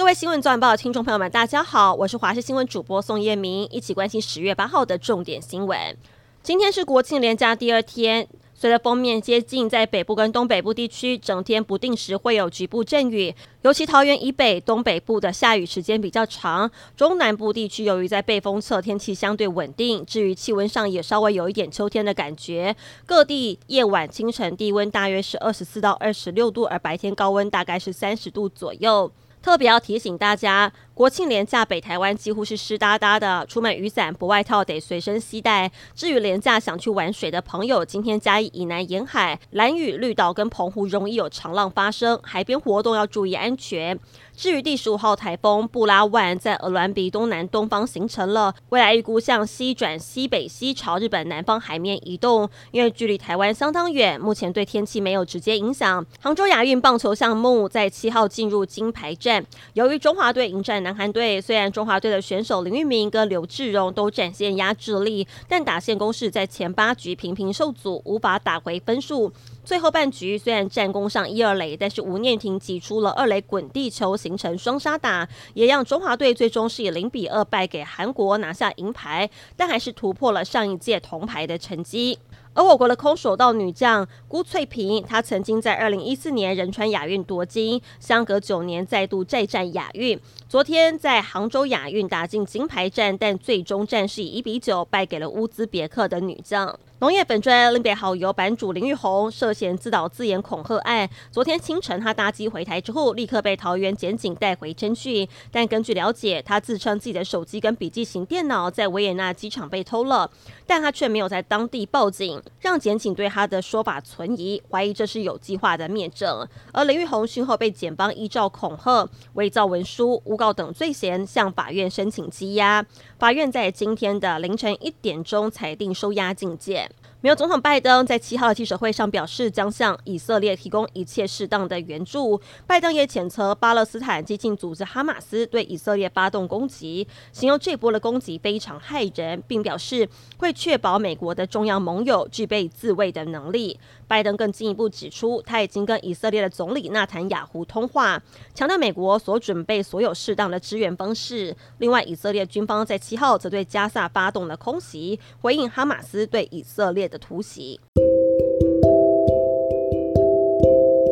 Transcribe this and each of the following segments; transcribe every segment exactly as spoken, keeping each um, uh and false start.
位新闻早晚报的听众朋友们，大家好，我是华视新闻主播宋叶明，一起关心十月八号的重点新闻。今天是国庆连假第二天，随着锋面接近，在北部跟东北部地区，整天不定时会有局部阵雨，尤其桃园以北、东北部的下雨时间比较长。中南部地区由于在背风侧，天气相对稳定，至于气温上也稍微有一点秋天的感觉。各地夜晚、清晨低温大约是二十四到二十六度，而白天高温大概是三十度左右。特别要提醒大家，国庆连假北台湾几乎是湿哒哒的，出门雨伞、薄外套得随身携带。至于连假想去玩水的朋友，今天嘉义以南沿海、兰屿、绿岛跟澎湖容易有长浪发生，海边活动要注意安全。至于第十五号台风布拉万在鹅銮鼻东南东方形成了，未来预估向西转西北西朝日本南方海面移动，因为距离台湾相当远，目前对天气没有直接影响。杭州亚运棒球项目在七号进入金牌战，由于中华队迎战南韩队，虽然中华队的选手林玉明跟刘志荣都展现压制力，但打线攻势在前八局频频受阻，无法打回分数。最后半局虽然战功上一二垒，但是吴念庭挤出了二垒滚地球，形成双杀打，也让中华队最终是以零比二败给韩国，拿下银牌，但还是突破了上一届铜牌的成绩。而我国的空手道女将辜翠萍，她曾经在二零一四年仁川亚运夺金，相隔九年再度再战亚运。昨天在杭州亚运打进金牌战，但最终战是以一比九败给了乌兹别克的女将。农业本专林北好友版主林玉红涉嫌自导自演恐吓案，昨天清晨他搭机回台之后，立刻被桃园检警带回侦讯。但根据了解，他自称自己的手机跟笔记型电脑在维也纳机场被偷了，但他却没有在当地报警，让检警对他的说法存疑，怀疑这是有计划的灭证。而林玉红讯后被检方依照恐吓、伪造文书、诬告等罪嫌向法院申请羁押。法院在今天的凌晨一点钟裁定收押禁见。美国总统拜登在七号的记者会上表示，将向以色列提供一切适当的援助。拜登也谴责巴勒斯坦激进组织哈马斯对以色列发动攻击，形容这波的攻击非常害人，并表示会确保美国的中央盟友具备自卫的能力。拜登更进一步指出，他已经跟以色列的总理纳坦雅胡通话，强调美国所准备所有适当的支援方式。另外，以色列军方在七号则对加萨发动了空袭，回应哈马斯对以色列的突袭。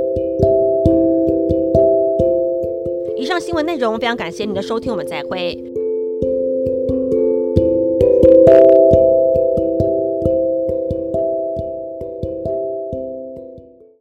以上新闻内容非常感谢您的收听，我们再会。